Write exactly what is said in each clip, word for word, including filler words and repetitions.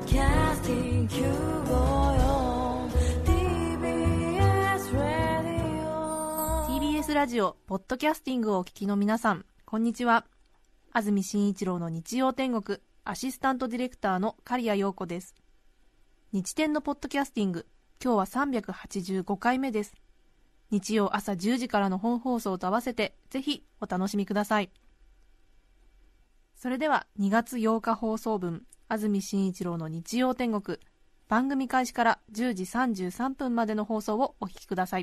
Broadcasting Qごじゅうよん ティービーエス Radio ティービーエス ラジオポッドキャスティングをお聞きの皆さん、こんにちは。安住紳一郎の日曜天国アシスタントディレクターの刈谷陽子です。日天のポッドキャスティング、今日はさんびゃくはちじゅうごかいめです。日曜朝じゅうじからの本放送と合わせてぜひお楽しみください。それではにがつようか放送分、安住紳一郎の日曜天国、番組開始からじゅうじさんじゅうさんぷんまでの放送をお聞きください。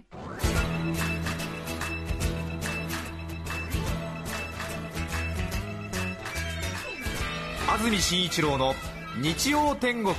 安住紳一郎の日曜天国。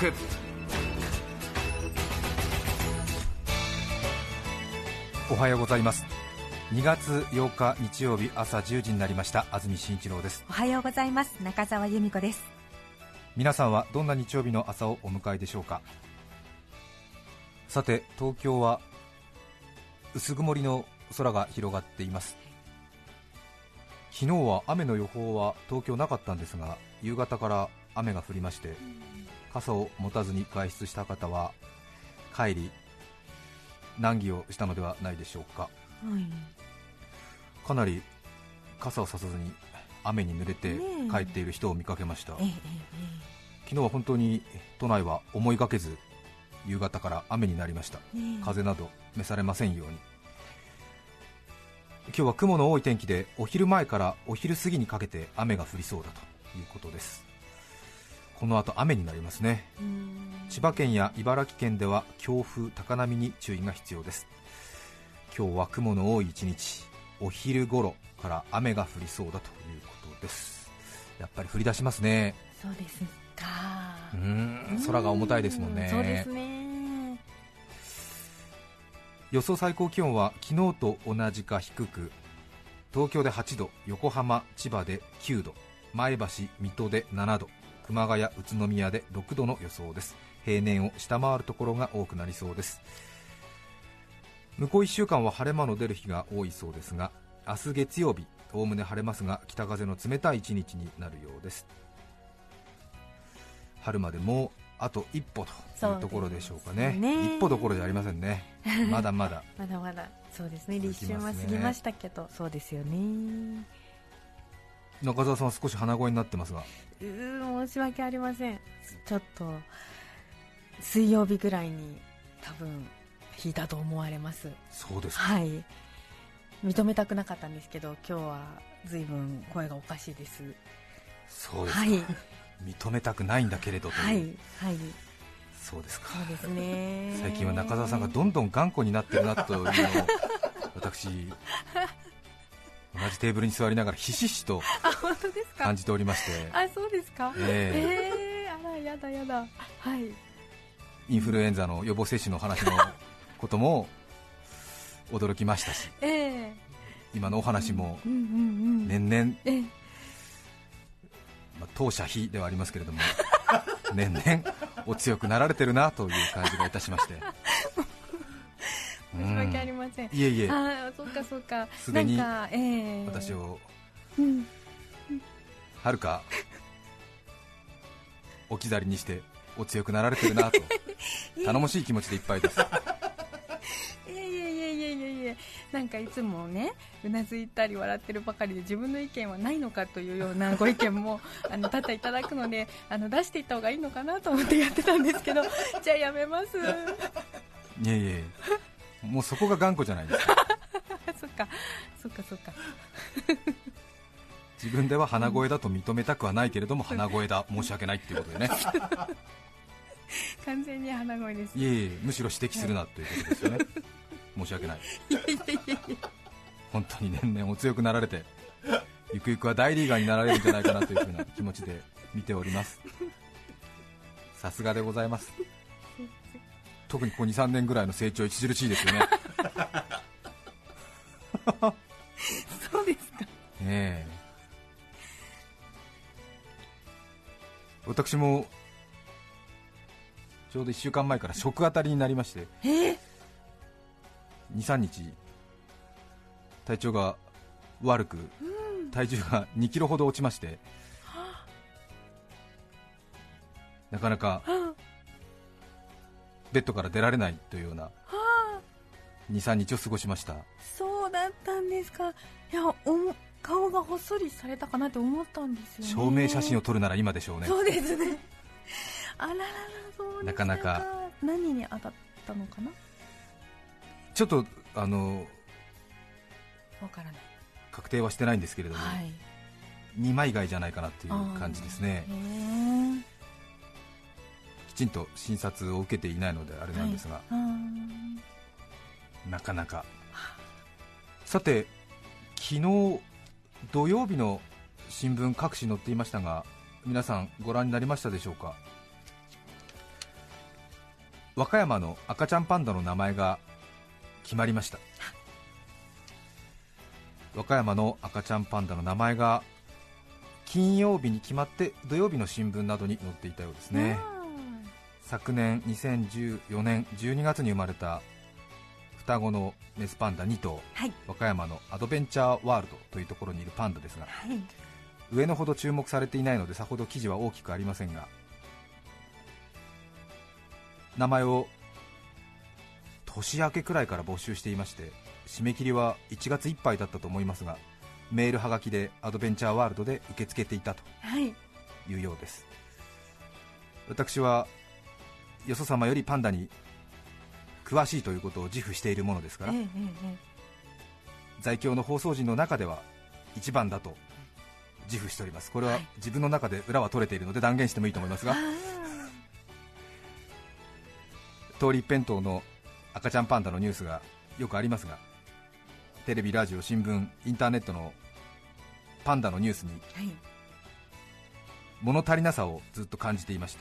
おはようございます。にがつようか日曜日朝じゅうじになりました。安住紳一郎です。 おはようございます。中澤由美子です。 皆さんはどんな日曜日の朝をお迎えでしょうか。さて、東京は薄曇りの空が広がっています。昨日は雨の予報は東京なかったんですが、夕方から雨が降りまして、傘を持たずに外出した方は帰り難儀をしたのではないでしょうか。はい、かなり傘をささずに雨に濡れて帰っている人を見かけました。ええええ、昨日は本当に都内は思いがけず夕方から雨になりました。風など召されませんように。今日は雲の多い天気で、お昼前からお昼過ぎにかけて雨が降りそうだということです。この後雨になりますね。千葉県や茨城県では強風高波に注意が必要です。今日は雲の多い一日、お昼頃から雨が降りそうだということです。やっぱり降り出しますね。 そうですか。 うーん、空が重たいですもんね。 そうですね。 予想最高気温は昨日と同じか低く、東京ではちど、横浜、千葉できゅうど、前橋、水戸でななど、熊谷、宇都宮でろくどの予想です。平年を下回るところが多くなりそうです。向こういっしゅうかんは晴れ間の出る日が多いそうですが、明日月曜日、おおむね晴れますが北風の冷たい一日になるようです。春までもうあと一歩というところでしょうか ね, ね一歩どころじゃありませんね。まだまだまだまだそうですね。立春は過ぎましたけど、そうですよね。 中澤さんは少し鼻声になってますが。 うー、申し訳ありません。ちょっと水曜日ぐらいに多分引いたと思われます。 そうですか。 はい、認めたくなかったんですけど、今日は随分声がおかしいです。 そうですか、はい、認めたくないんだけれどという、 はいはい、 そうですか。 そうですね。 最近は中澤さんがどんどん頑固になってるなというのを私同じテーブルに座りながらひしひしと感じておりまして。 あ、そうですか。えー、えー、あら、やだやだ。はい、 インフルエンザの予防接種の話のことも驚きましたし、えー、今のお話も年々、えーまあ、当社非ではありますけれども年々お強くなられてるなという感じがいたしまして申し訳ありません。 いえいえ、 あ、そうかそうか。 すでにえー、 私を、 うん、 はるか置き去りにしてお強くなられてるなと頼もしい気持ちでいっぱいです。 いやいやいやいやいやいや、なんかいつもね、うなずいたり笑ってるばかりで自分の意見はないのかというようなご意見もあの多々いただくので、あの出していった方がいいのかなと思ってやってたんですけどじゃあやめます。 いやいや、もうそこが頑固じゃないですか。 そっかそっかそっか自分では鼻声だと認めたくはないけれども、うん、鼻声だ、申し訳ないっていうことでね完全に鼻声です。 いえいえ、むしろ指摘するなということですよね、はい、申し訳ない。 いやいやいやいや、 本当に年々お強くなられて、ゆくゆくは大リーガーになられるんじゃないかなというふうな気持ちで見ております。さすがでございます。特にここ にさんねんぐらいの成長著しいですよねそうですか。 ねえ、私もちょうどいっしゅうかんまえから食あたりになりまして、 えー、 にさんにち体調が悪く、体重がにキロほど落ちまして、なかなかベッドから出られないというようなはあ、 に、さんにちを過ごしました。 そうだったんですか。いや、おも顔がほっそりされたかなって思ったんですよね。 証明写真を撮るなら今でしょうね。 そうですね。あららら、そうでしたか。 なかなか何に当たったのかな、 ちょっとあのわからない。 確定はしてないんですけれども、 はい、 二枚貝じゃないかなという感じですね。 へー、 きちんと診察を受けていないのであれなんですが、 はい、あー、 なかなか。さて、昨日土曜日の新聞各紙載っていましたが、皆さんご覧になりましたでしょうか。和歌山の赤ちゃんパンダの名前が決まりました。和歌山の赤ちゃんパンダの名前が金曜日に決まって土曜日の新聞などに載っていたようですね。昨年にせんじゅうよねんじゅうにがつに生まれた双子のメスパンダに頭、はい、和歌山のアドベンチャーワールドというところにいるパンダですが、はい、上のほど注目されていないのでさほど記事は大きくありませんが、名前を年明けくらいから募集していまして、締め切りはいちがついっぱいだったと思いますが、メールはがきでアドベンチャーワールドで受け付けていたというようです。はい、私はよそ様よりパンダに詳しいということを自負しているものですから、ええええ、在京の放送陣の中では一番だと自負しております。これは自分の中で裏は取れているので断言してもいいと思いますが、通り一辺倒の赤ちゃんパンダのニュースがよくありますが、テレビ、ラジオ、新聞、インターネットのパンダのニュースに物足りなさをずっと感じていました。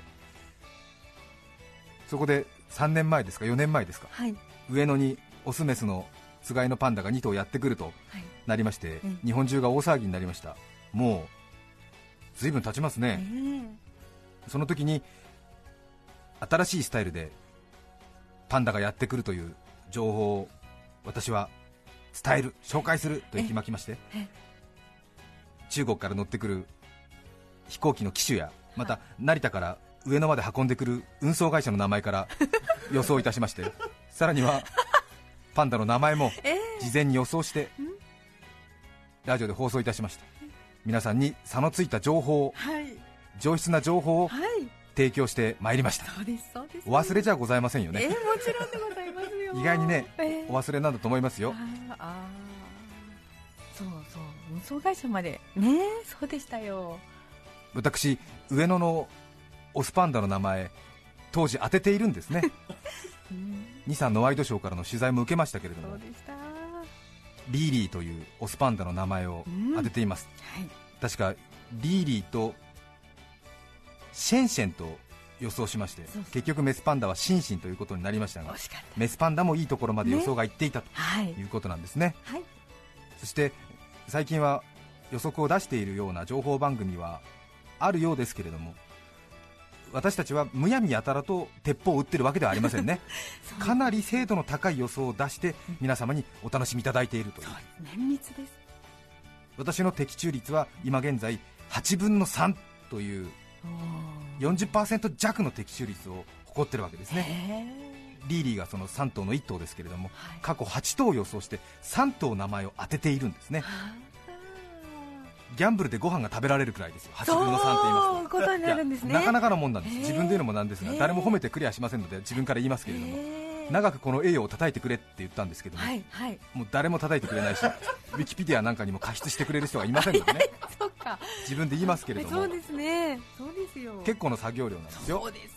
そこでさんねんまえですかよねんまえですか、はい、上野にオスメスのつがいのパンダがに頭やってくるとなりまして、はい、日本中が大騒ぎになりました。もう随分経ちますね。えー、その時に新しいスタイルでパンダがやってくるという情報を私は伝える、紹介すると息巻きまして、中国から乗ってくる飛行機の機種や、また成田から上野まで運んでくる運送会社の名前から予想いたしまして、さらにはパンダの名前も事前に予想してラジオで放送いたしました。皆さんに差のついた情報を、はい、上質な情報を提供してまいりました。そうです、そうです、ね、お忘れじゃございませんよね。えー、もちろんでございますよ。意外にね、えー、お忘れなんだと思いますよ。ああ、 そうそう、運送会社までね、そうでしたよ。 私、上野のオスパンダの名前当時当てているんですね。にさんのワイドショーからの取材も受けましたけれども、そうでした。リーリーというオスパンダの名前を当てています。うん、はい、確かリーリーとシェンシェンと予想しまして、そうそう、結局メスパンダはシンシンということになりましたが、メスパンダもいいところまで予想がいっていた、ね、ということなんですね。はい、そして最近は予測を出しているような情報番組はあるようですけれども、私たちはむやみやたらと鉄砲を撃ってるわけではありませんね。かなり精度の高い予想を出して皆様にお楽しみいただいているという。そうです、綿密です。私の的中率は今現在はちぶんのさんというよんじゅっパーセント弱の的中率を誇ってるわけですね。リーリーがそのさん頭のいっ頭ですけれども、はい、過去はち頭予想してさん頭名前を当てているんですね。ギャンブルでご飯が食べられるくらいですよ。はちぶんのさんって言いますと、そういうことになるんですね。なかなかのもんなんです。自分で言うのもなんですが、誰も褒めてくれやしませんので自分から言いますけれども、長くこの栄誉を叩いてくれって言ったんですけども、はいはい、もう誰も叩いてくれないし、ウィキペディアなんかにも加筆してくれる人がいませんのでね。そっか、自分で言いますけれども、 そうですね、そうですよ、 結構の作業量なんですよ。そうです。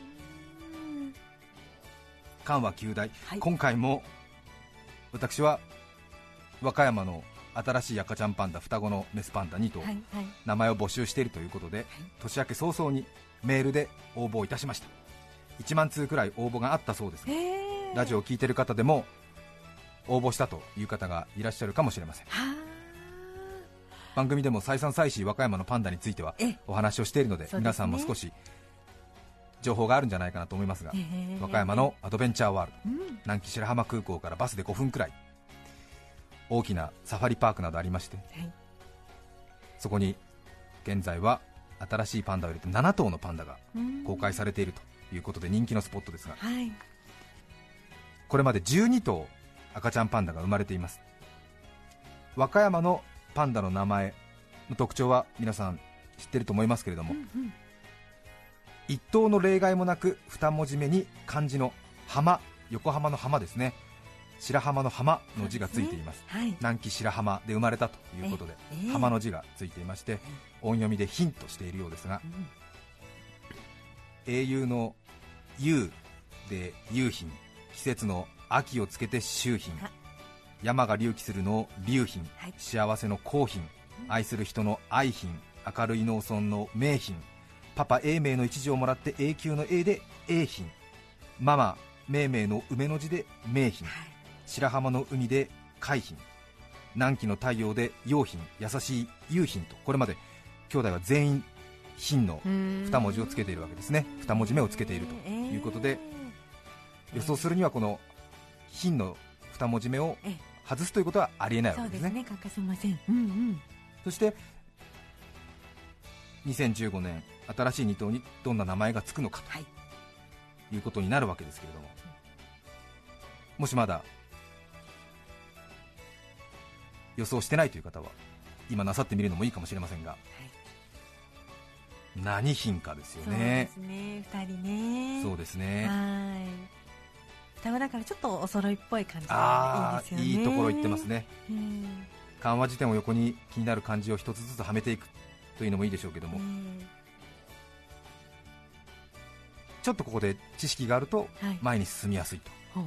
緩和球大、はい、今回も私は和歌山の新しい赤ちゃんパンダ、双子のメスパンダに頭、はいはい、名前を募集しているということで、はい、年明け早々にメールで応募いたしました。いちまん通くらい応募があったそうですが、ラジオを聞いている方でも応募したという方がいらっしゃるかもしれません。番組でも再三再四和歌山のパンダについてはお話をしているの で, で、ね、皆さんも少し情報があるんじゃないかなと思いますが、和歌山のアドベンチャーワールド、うん、南紀白浜空港からバスでごふんくらい、大きなサファリパークなどありまして、はい、そこに現在は新しいパンダを入れてなな頭のパンダが公開されているということで人気のスポットですが、 はい、 これまでじゅうにとう赤ちゃんパンダが生まれています。和歌山のパンダの名前の特徴は皆さん知ってると思いますけれども、 うんうん、 一頭の例外もなく二文字目に漢字の浜、横浜の浜ですね、白浜の浜の字がついています。 はい、 南紀白浜で生まれたということで、 ええ浜の字がついていまして、音読みでヒントしているようですが、 うん、 英雄の雄で雄浜、季節の秋をつけて秋浜、山が隆起するのを隆浜、 はい、 幸せの幸浜、愛する人の愛浜、明るい農村の名浜、パパ永明の一字をもらって永久の永で永浜、ママ命名の梅の字で名浜、 はい、 白浜の海で海浜、南紀の太陽で陽浜、優しい夕浜と、これまで兄弟は全員浜の二文字をつけているわけですね。二文字目をつけているということで、予想するにはこの浜の二文字目を外すということはありえないわけですね。 そうですね、欠かせません。うんうん、 そしてにせんじゅうごねん新しいに頭にどんな名前がつくのかということになるわけですけれども、もしまだ予想してないという方は今なさってみるのもいいかもしれませんが、はい、何品かですよね。 そうですね、ふたりね。 そうですね。 はい、双子だからちょっとお揃いっぽい感じであいいですよね。 いいところ言ってますね。 うん、 漢和辞典を横に気になる漢字を一つずつはめていくというのもいいでしょうけども、ちょっとここで知識があると前に進みやすいと、はい、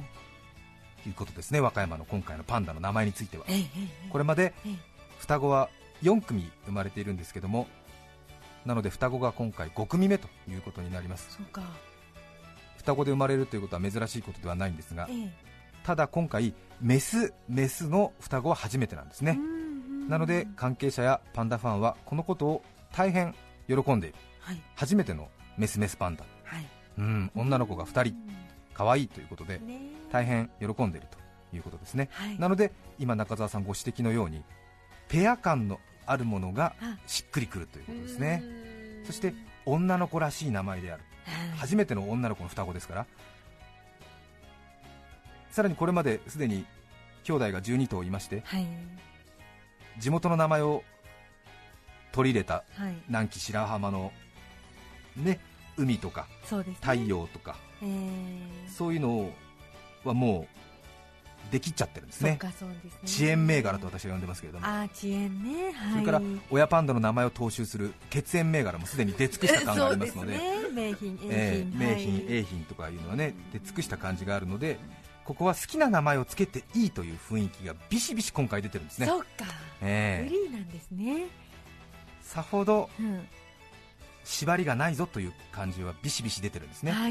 いうことですね。和歌山の今回のパンダの名前については、 ええ、 これまでええ、 双子はよんくみ生まれているんですけども、なので双子が今回ごくみめということになります。そうか、双子で生まれるということは珍しいことではないんですが、ええ、ただ今回メスメスの双子は初めてなんですね。なので関係者やパンダファンはこのことを大変喜んでいる、はい、初めてのメスメスパンダ、はい、うん、女の子がふたり可愛いということで大変喜んでいるということですね、はい、なので今中澤さんご指摘のようにペア感のあるものがしっくりくるということですね。そして女の子らしい名前である、はい、初めての女の子の双子ですから、さらにこれまですでに兄弟がじゅうにとういまして、はい、地元の名前を取り入れた南紀白浜の、ね、海とか、そうですね、太陽とか、えー、そういうのはもうできっちゃってるんですね。そうですね、遅延銘柄と私は呼んでますけれども、あ、遅延ね、はい、それから親パンダの名前を踏襲する血縁銘柄もすでに出尽くした感がありますので、名品、えー、名品、英品とかいうのはね、出尽くした感じがあるので、ここは好きな名前をつけていいという雰囲気がビシビシ今回出てるんですね。そうか、えー、フリーなんですね。さほど、うん、縛りがないぞという感じはビシビシ出てるんですね、はい、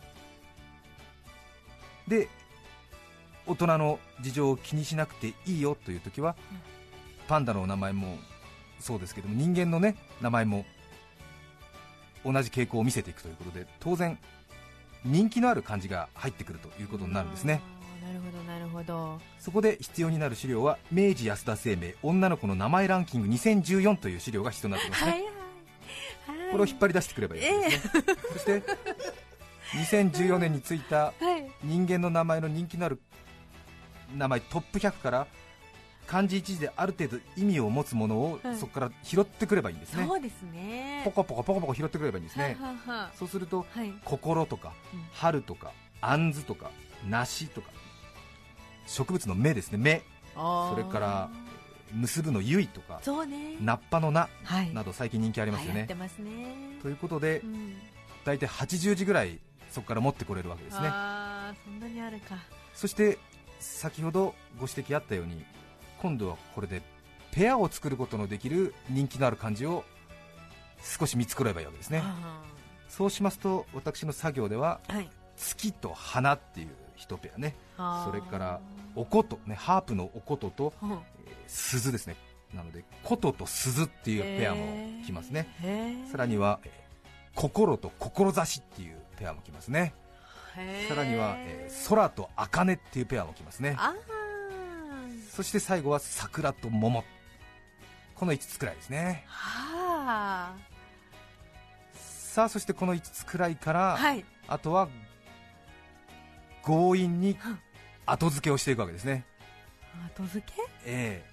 で大人の事情を気にしなくていいよという時は、うん、パンダの名前もそうですけども人間の、ね、名前も同じ傾向を見せていくということで、当然人気のある漢字が入ってくるということになるんですね。なるほどなるほど。そこで必要になる資料は明治安田生命女の子の名前ランキングにせんじゅうよんという資料が必要になっていますね、はいはいはい、これを引っ張り出してくればいいわけですね、えー、そしてにせんじゅうよねんについた人間の名前の人気のある名前トップひゃくから漢字一字である程度意味を持つものをそこから拾ってくればいいんですね、そうですね、ポコポコポコポコ拾ってくればいいんですね、はははそうすると、はい、心とか、うん、春とか杏とか梨とか植物の芽ですね、芽、それから結ぶの結とか、そう、ね、菜っぱの菜、はい、など最近人気ありますよね、やってますね。ということで、うん、大体はちじゅうじぐらいそこから持ってこれるわけですね。あ、そんなにあるか。そして先ほどご指摘あったように今度はこれでペアを作ることのできる人気のある漢字を少し見繕えばいいわけですね。そうしますと私の作業では、はい、月と花っていう一ペアね、それからおこと、ね、ハープのおことと、うん、えー、鈴ですね、なのでことと鈴っていうペアも来ますね。さらには、えー、心と志っていうペアも来ますね。さらには、えー、空と茜っていうペアも来ますね。あ、そして最後は桜と桃、このいつつくらいですね。はあ、 さあそしてこのいつつくらいから、 はい、 あとは強引に後付けをしていくわけですね。 後付け、 え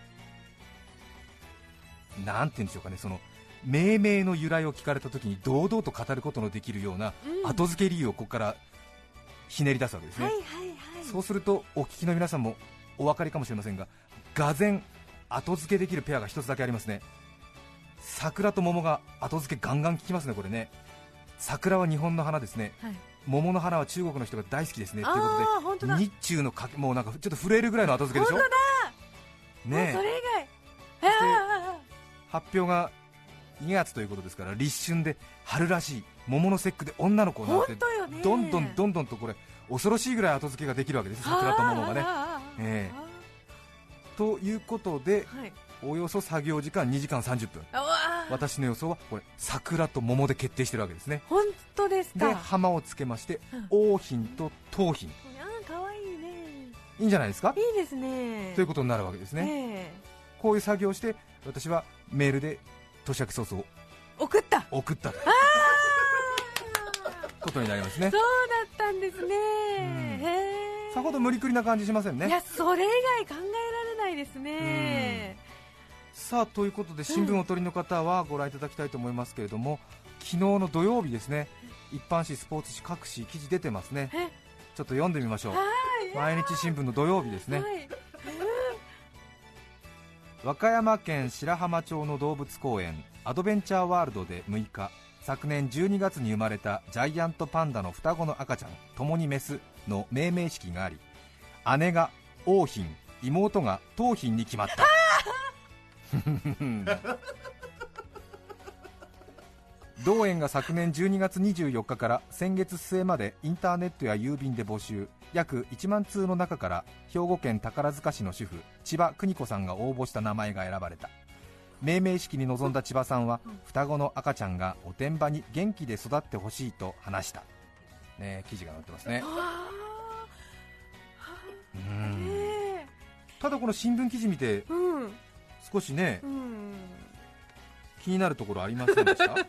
え、なんて言うんでしょうかね、その命名の由来を聞かれた時に堂々と語ることのできるような後付け理由をここからひねり出すわけですね、 はいはいはい、 そうするとお聞きの皆さんもお分かりかもしれませんが、がぜん後付けできるペアが一つだけありますね。桜と桃が後付けガンガン効きますね。これね、桜は日本の花ですね、 はい、 桃の花は中国の人が大好きですねということで、 本当だ、 日中のかけ、もうなんかちょっと震えるぐらいの後付けでしょ。 本当だ、 ねえ、 もうそれ以外、 そしてあ発表がにがつということですから、立春で春らしい桃の節句で女の子なんて本当よね、 どんどんどんどんとこれ恐ろしいぐらい後付けができるわけです、桜と桃がね。 あーええということで、 はい、 およそ作業時間にじかんさんじゅっぷん、 あわー、 私の予想はこれ桜と桃で決定してるわけですね。 本当ですか。 で浜をつけまして、 うん、 桜浜と桃浜、 あーかわいいね、 いいんじゃないですかいいですね、 ということになるわけですね、 えこういう作業をして私はメールで年明け早々 ー、送った、 送ったとあことになりますね。 そうだったんですね、へー、 さほど無理くりな感じしませんね。 いや、それ以外考えられないですね。 さあということで新聞をお取りの方はご覧いただきたいと思いますけれども、昨日の土曜日ですね、一般紙、スポーツ紙、各紙記事出てますね。 え、 ちょっと読んでみましょう。 はい毎日新聞の土曜日ですね、 はい、 和歌山県白浜町の動物公園アドベンチャーワールドでむいか、昨年じゅうにがつに生まれたジャイアントパンダの双子の赤ちゃんともにメスの命名式があり、姉が桜浜、妹が桃浜に決まった同園が昨年じゅうにがつにじゅうよっかから先月末までインターネットや郵便で募集、約いちまんつうの中から兵庫県宝塚市の主婦千葉邦子さんが応募した名前が選ばれた。命名式に臨んだ千葉さんは、双子の赤ちゃんがおてんばに元気で育ってほしいと話した、ね、記事が載ってますね。うーん、 えただこの新聞記事見てー、うん、 少しね、 うん、 気になるところありませんでした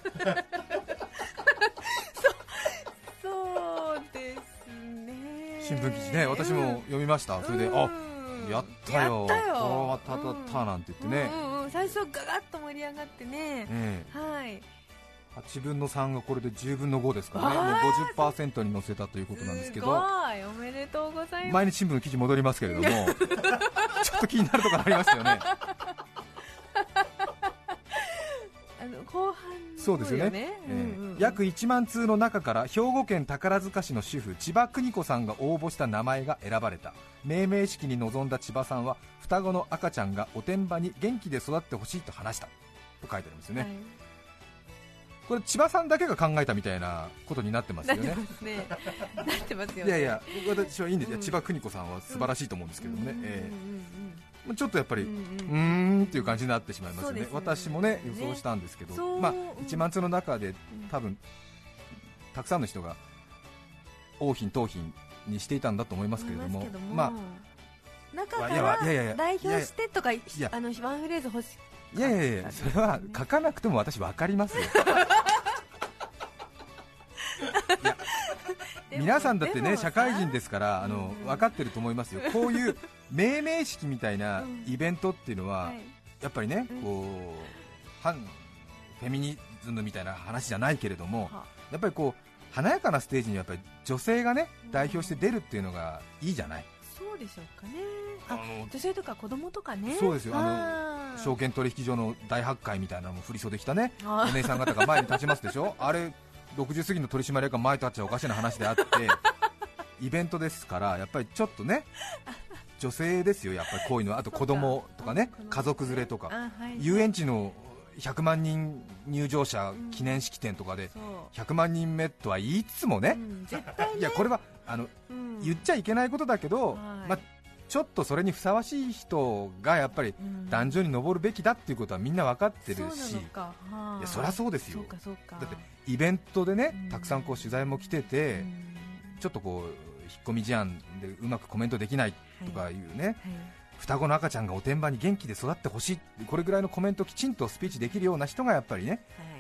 そうですね。 新聞記事ね、私も読みました。それで、 うん、 あ、やったよ、 やったよ、 これはたたったなんて言ってね、 うんうんうん、最初ガガッと盛り上がってね、 ええ、 はい、 はちぶんのさんがこれでじゅうぶんのごですからね、 あーもう ごじゅっパーセント に乗せたということなんですけど、 すごい、おめでとうございます。 毎日新聞の記事戻りますけれどもちょっと気になるところありましたよね。 あの後半、 そうですよね、 ええうんうんえ、約いちまんつうの中から兵庫県宝塚市の主婦千葉邦子さんが応募した名前が選ばれた。命名式に臨んだ千葉さんは、双子の赤ちゃんがおてんばに元気で育ってほしいと話したと書いてありますよね、 はい、 これ千葉さんだけが考えたみたいなことになってますなってよね。 ますね。なってますよね。 いやいや、私はいいんですよ、 うん千葉邦子さんは素晴らしいと思うんですけどね、 うんうんうんうんええ、ちょっとやっぱり、ううんうんーんっていう感じになってしまいますよね。 そうですよね私もね予想したんですけど、 そうまあ、いちまんつうの中で多分たくさんの人が桜浜桃浜にしていたんだと思いますけれども、 思いますけども、 ま中かいやいやいやいらや代表してとか、いやあのワンフレーズ欲しあ、いやいやいや、それは書かなくても私分かりますよ。いや皆さんだってね社会人ですからあの、 うん分かってると思いますよ。こういう命名式みたいなイベントっていうのは、 はい、 やっぱりね、 うんこう反フェミニズムみたいな話じゃないけれども、 はやっぱりこう華やかなステージにやっぱり女性がねうん代表して出るっていうのがいいじゃない。 そうでしょうかね。 ああ、 の女性とか子供とかね。 そうですよ、ああー証券取引所の大発会みたいなのも振り袖着たねあお姉さん方が前に立ちますでしょ。あれろくじゅう過ぎの取締役が前に立っちゃおかしな話であってイベントですからやっぱりちょっとね女性ですよ、やっぱりこういうのは。あと子供とかね、家族連れとか、 あ、はい、 遊園地のひゃくまんにん入場者記念式典とかでそう、 ひゃくまんにんめとは言いつつもね、 うん、絶対ね、 いやこれはあのうん言っちゃいけないことだけど、 はいまあ、ちょっとそれにふさわしい人がやっぱりうん壇上に上るべきだっていうことはみんな分かってるそうなし、 のか、はあいやそりゃそうですよ。 そうかそうか。 だってイベントでねうんたくさんこう取材も来てて、 うんちょっとこう引っ込み思案でうまくコメントできないとかいうね、 はい、 双子の赤ちゃんがおてんばに元気で育ってほしい、これぐらいのコメントきちんとスピーチできるような人がやっぱりねはい、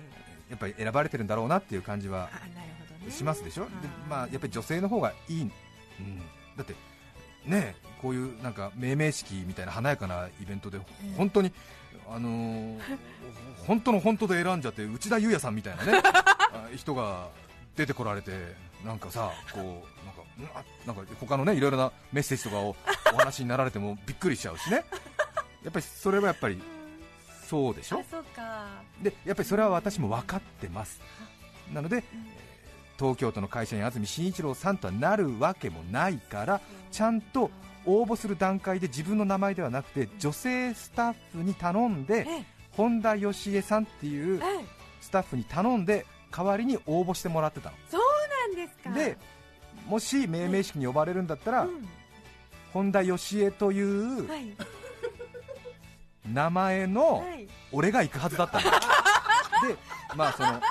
やっぱり選ばれてるんだろうなっていう感じはあ、なるほどね。 しますでしょ。で、 あーまあ、やっぱり女性の方がいい、うん、だってね、こういうなんか命名式みたいな華やかなイベントで、本当に、あのー、本当の本当で選んじゃって内田裕也さんみたいなねあ人が出てこられて、なんかさ、こうなんかなんか他のねいろいろなメッセージとかをお話になられてもびっくりしちゃうしね。やっぱりそれはやっぱりそうでしょ。 あ、そうか。 でやっぱりそれは私も分かってます。なので、東京都の会社員安住紳一郎さんとはなるわけもないから、ちゃんと応募する段階で自分の名前ではなくて女性スタッフに頼んで、 ええ本田義恵さんっていうええスタッフに頼んで代わりに応募してもらってたの。 そうなんですか。 でもし命名式に呼ばれるんだったら、 うん本田義恵というはい名前のはい俺が行くはずだったの。でまあその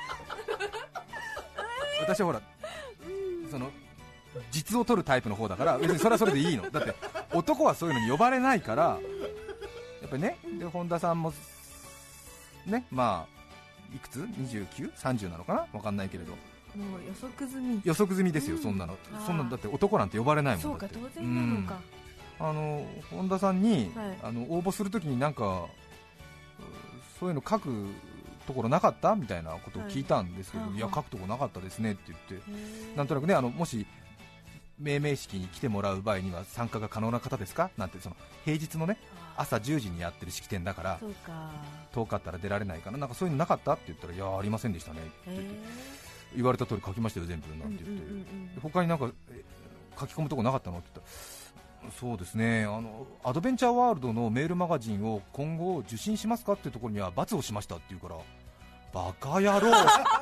私はほらその実を取るタイプの方だから別にそれはそれでいいの。だって男はそういうのに呼ばれないから、やっぱりね。で本田さんもね、まあいくつ にじゅうきゅう、さんじゅう なのかな、分かんないけれどもう予測済み。 予測済みですよ、 うんそんなの。 あーそんなのだって男なんて呼ばれないもん。 そうか、 だって当然なのか。 うんあの本田さんに、 はいあの応募するときになんかうそういうの書くところなかったみたいなことを聞いたんですけど、 はいいや書くところなかったですねって言って、 へーなんとなくね、あのもし命名式に来てもらう場合には参加が可能な方ですかなんて、その平日のねあ朝じゅうじにやってる式典だからそうか。 遠かったら出られないから、なんかそういうのなかったって言ったら、いやありませんでしたねって言って、 へー言われた通り書きましたよ全部なんて言って、 うんうんうんうん他になんかえ書き込むとこなかったのって言ったら、そうですね、あのアドベンチャーワールドのメールマガジンを今後受信しますかっていうところには罰をしましたって言うから、バカ野郎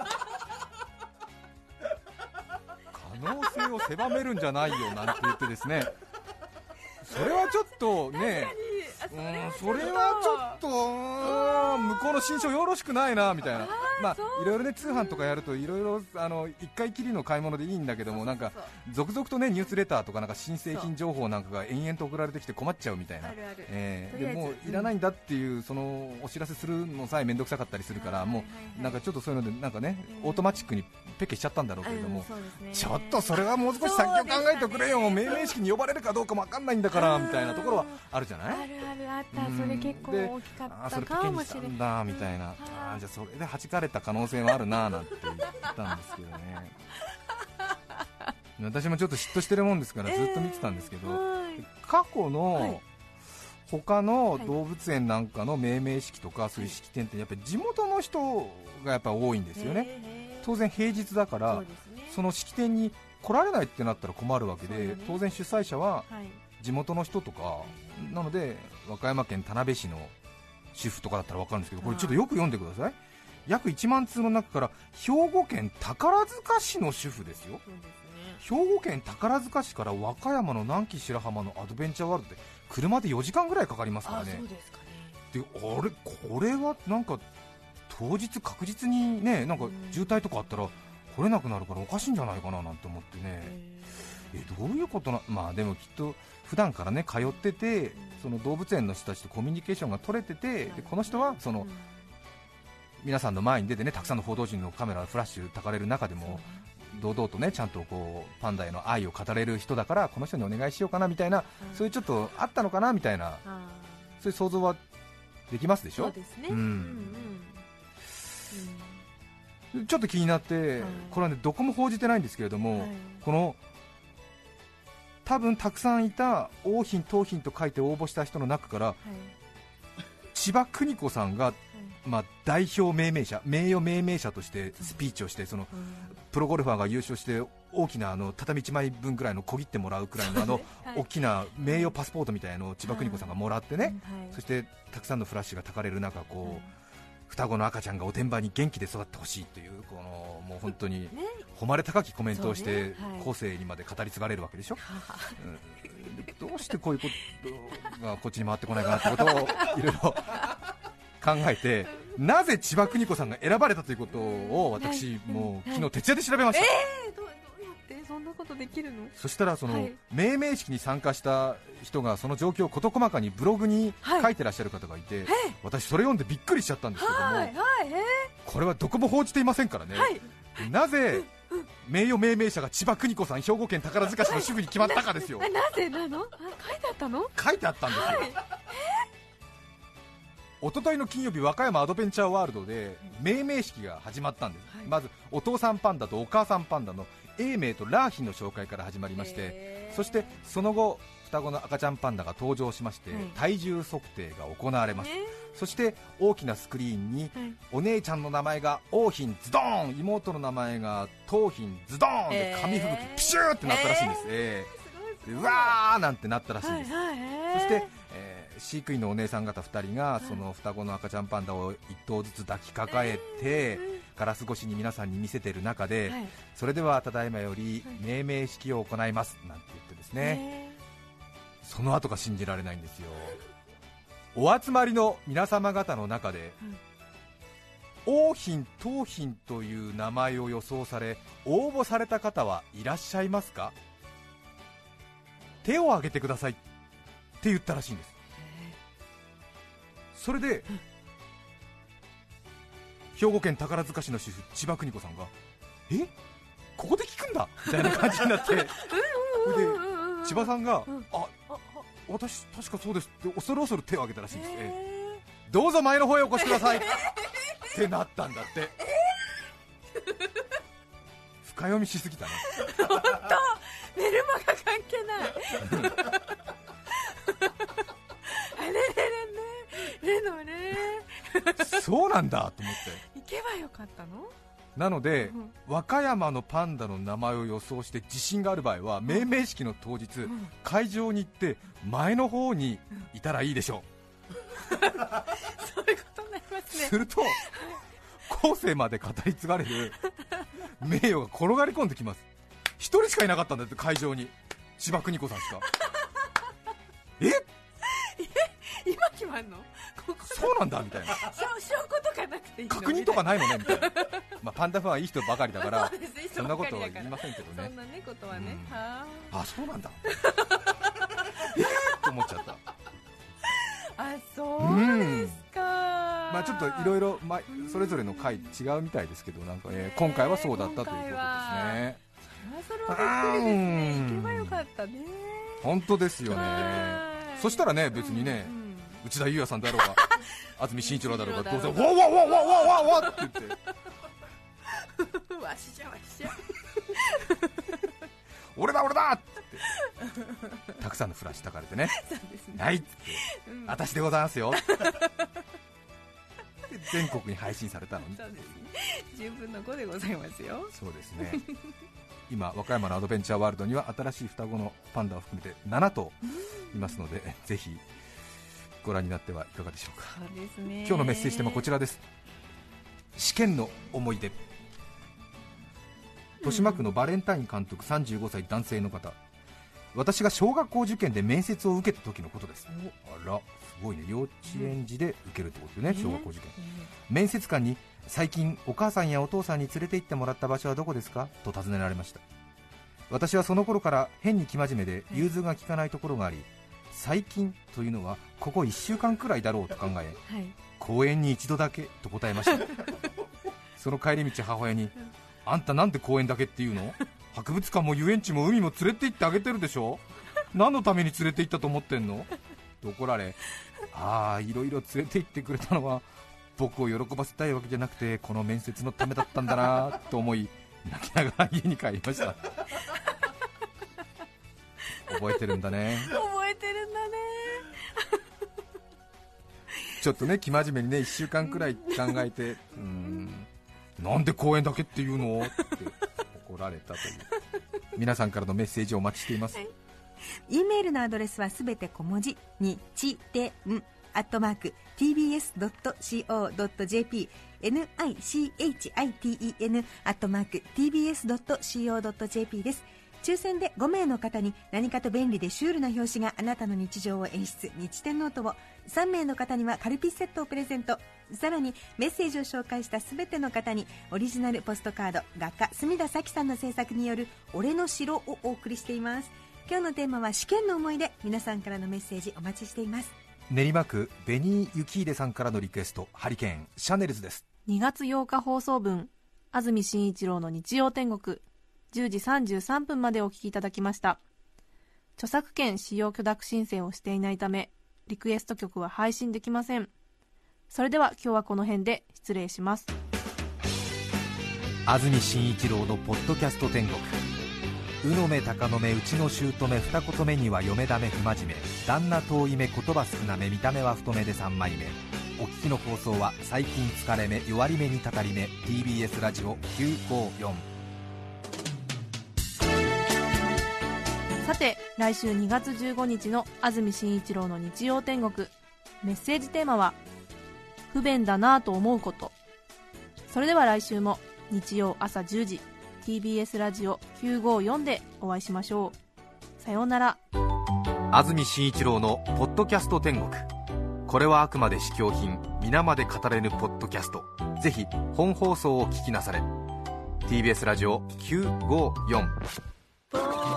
可能性を狭めるんじゃないよなんて言ってですね、それはちょっとね、うんそれはちょっとうん向こうの心象よろしくないなみたいな。まあいろいろね通販とかやるといろいろあの一回きりの買い物でいいんだけども、なんか続々とねニュースレターとかなんか新製品情報なんかが延々と送られてきて困っちゃうみたいな。 あるある。 えーとりあえずでもういらないんだっていうそのお知らせするのさえ面倒くさかったりするから、もうなんかちょっとそういうのでなんかねうんオートマチックにペケしちゃったんだろうけれども、 うんそうですねちょっとそれはもう少し先を考えてくれよ、命名式に呼ばれるかどうかも分かんないんだからみたいなところはあるじゃない。 あるあるあった。 うんそれ結構大きかあーそれペったかケにしたんもしれない。 だみたいな、あーじゃあそれで弾かれた可能性はあるななんて言ったんですけどね私もちょっと嫉妬してるもんですからずっと見てたんですけど、 はい過去の、 はい他の動物園なんかの命名式とかそういう式典ってやっぱり地元の人がやっぱ多いんですよね。 へー当然平日だからそうですね。 その式典に来られないってなったら困るわけで、 そうだね当然主催者ははい。 地元の人とかなので、和歌山県田辺市の主婦とかだったら分かるんですけど、これちょっとよく読んでください。約いちまん通の中から兵庫県宝塚市の主婦ですよ。 そうですね。 兵庫県宝塚市から和歌山の南紀白浜のアドベンチャーワールドで車でよじかんぐらいかかりますからあ、 ねそう。ですかね。 であれこれはなんか当日確実にね、なんか渋滞とかあったら来れなくなるからおかしいんじゃないかななんて思ってね、 へえどういうことな、まあでもきっと普段からね通ってて、その動物園の人たちとコミュニケーションが取れてて、でこの人はそのーうん皆さんの前に出てね、たくさんの報道陣のカメラフラッシュたかれる中でも堂々とねちゃんとこうパンダへの愛を語れる人だからこの人にお願いしようかなみたいな、そういうちょっとあったのかなみたいな、 あそういう想像はできますでーしょ。 そうですね。 うんうんちょっと気になって、 はいこれはねどこも報じてないんですけれども、 うんはいこの多分たくさんいた桜浜桃浜と書いて応募した人の中からはい千葉邦子さんが、まあ、代表命名者名誉命名者としてスピーチをして、そのうんプロゴルファーが優勝して大きなあの畳いちまいぶんぐらいの小切ってもらうくらいのあのはい大きな名誉パスポートみたいのを千葉邦子さんがもらってね、 はいそしてたくさんのフラッシュがたかれる中こう、 はい双子の赤ちゃんがおてんばに元気で育ってほしいというこのもう本当にね誉れ高きコメントをしそうてねはい後世にまで語り継がれるわけでしょ、 ははうんでどうしてこういうことがこっちに回ってこないかなってことをいろいろ考えて、なぜ千葉邦子さんが選ばれたということを私もう昨日徹夜で調べました。 えーどうどうやってそんなことできるの？ そしたらその、 はい命名式に参加した人がその状況を事細かにブログにはい書いてらっしゃる方がいて、私それ読んでびっくりしちゃったんですけども、 はいはいえこれはどこも報じていませんからね、 はい、 なぜ名誉命名者が千葉邦子さん、兵庫県宝塚市の主婦に決まったかですよ。 あなぜなの？あ書いてあったの？ 書いてあったんですよ、はい、おとといの金曜日、和歌山アドベンチャーワールドで命名式が始まったんです、はい、まずお父さんパンダとお母さんパンダの永明と良浜の紹介から始まりまして、そしてその後双子の赤ちゃんパンダが登場しまして、はい、体重測定が行われます、そして大きなスクリーンに、はい、お姉ちゃんの名前が桜浜ズドーン、妹の名前が桃浜ズドーンで紙吹雪ピシューってなったらしいんです、えー、でうわーなんてなったらしいんです、はいはい、そして、えー、飼育員のお姉さん方ふたりがその双子の赤ちゃんパンダをいっ頭ずつ抱きかかえて、ガラス越しに皆さんに見せている中で、はい、それではただいまより命名式を行いますなんて言ってですね、その後が信じられないんですよ。お集まりの皆様方の中で、桜浜桃浜という名前を予想され応募された方はいらっしゃいますか？手を挙げてくださいって言ったらしいんです。それで兵庫県宝塚市の主婦千葉邦子さんが、えここで聞くんだみたいな感じになってで千葉さんが、あ私確かそうですって恐る恐る手を挙げたらしいんです、えー、どうぞ前の方へお越しくださいってなったんだって。深読みしすぎたね。 本当メルマガ関係ないあれれれれれのれそうなんだと思って行けばよかったの。 なので、 うん、 和歌山のパンダの名前を予想して自信がある場合は、うん、命名式の当日、うん、会場に行って前の方にいたらいいでしょう、 うん、そういうことになりますね。 すると後世まで語り継がれる名誉が転がり込んできます。一人しかいなかったんだって、会場に千葉邦子さんしかえ今決まんの？ここそうなんだみたいな証拠とかなくていいの？ 確認とかないのねみたいなまあパンダファンはいい人ばかりだからそうです、 そんなことは言いませんけどね。 そんなねことはね、 うん、 はあそうなんだえーと思っちゃった。 あそうですか、 まあ、ちょっといろいろそれぞれの回違うみたいですけど、なんか、えー、今回はそうだったということですね。 それはそれはびっくりですね。行けばよかったね。 本当ですよね。そしたらね、別にね、うんうん、内田裕也さんだろうが安住紳一郎だろうがどうせわわわわわわわって言ってわしじゃわしじゃ俺だ俺だってたくさんのフラッシュたかれてね、 そうですね、 はいっつって、うん、私でございますよ全国に配信されたのに。 そうですね、じゅうぶんのごでございますよ。 そうですね今和歌山のアドベンチャーワールドには新しい双子のパンダを含めてなな頭いますので、ぜひご覧になってはいかがでしょうか。 そうですね、 今日のメッセージテーマはこちらです。試験の思い出。豊島区のバレンタイン監督さんじゅうごさい男性の方、私が小学校受験で面接を受けた時のことです。あらすごいね、幼稚園児で受けるってことですね、小学校受験。面接官に最近お母さんやお父さんに連れて行ってもらった場所はどこですかと尋ねられました。私はその頃から変に生真面目で融通が利かないところがあり、最近というのはここいっしゅうかんくらいだろうと考え、はい、公園に一度だけと答えましたその帰り道母親に、あんたなんで公園だけっていうの、博物館も遊園地も海も連れて行ってあげてるでしょ、何のために連れて行ったと思ってんのと怒られ、ああいろいろ連れて行ってくれたのは僕を喜ばせたいわけじゃなくてこの面接のためだったんだなと思い泣きながら家に帰りました覚えてるんだね、 覚えてるんだねちょっとね生真面目にねいっしゅうかんくらい考えてうーんなんで公園だけっていうのって怒られたという皆さんからのメッセージをお待ちしています。はい、 E メールのアドレスはすべて小文字にちてんアットマーク ティービーエスドットシーオードットジェーピー ニチテン アットマーク ティービーエスドットシーオードットジェーピー です。抽選でごめいの方に何かと便利でシュールな表紙があなたの日常を演出、日天ノートを、さんめいの方にはカルピスセットをプレゼント。さらにメッセージを紹介したすべての方にオリジナルポストカード、画家墨田咲さんの制作による俺の城をお送りしています。今日のテーマは試験の思い出。皆さんからのメッセージお待ちしています。 練馬区ベニー・ユキーデさんからのリクエスト、ハリケーンシャネルズです。 にがつようか放送分、安住紳一郎の日曜天国、じゅうじさんじゅうさんぷんまでお聞きいただきました。著作権使用許諾申請をしていないため、リクエスト曲は配信できません。それでは今日はこの辺で失礼します。 安住紳一郎のポッドキャスト天国。うのめ鷹の目うちの姑二言目には嫁だめ不真面目、旦那遠い目言葉少なめ見た目は太めで三枚目。お聞きの放送は最近疲れ目弱り目にたたり目 ティービーエス ラジオきゅうごよん。 さて来週にがつじゅうごにちの安住紳一郎の日曜天国、メッセージテーマは不便だなぁと思うこと。それでは来週も日曜朝じゅうじ ティービーエス ラジオきゅうごよんでお会いしましょう。さようなら。 安住紳一郎のポッドキャスト天国。これはあくまで試供品、皆まで語れぬポッドキャスト。ぜひ本放送を聞きなされ。 ティービーエス ラジオきゅうごよん。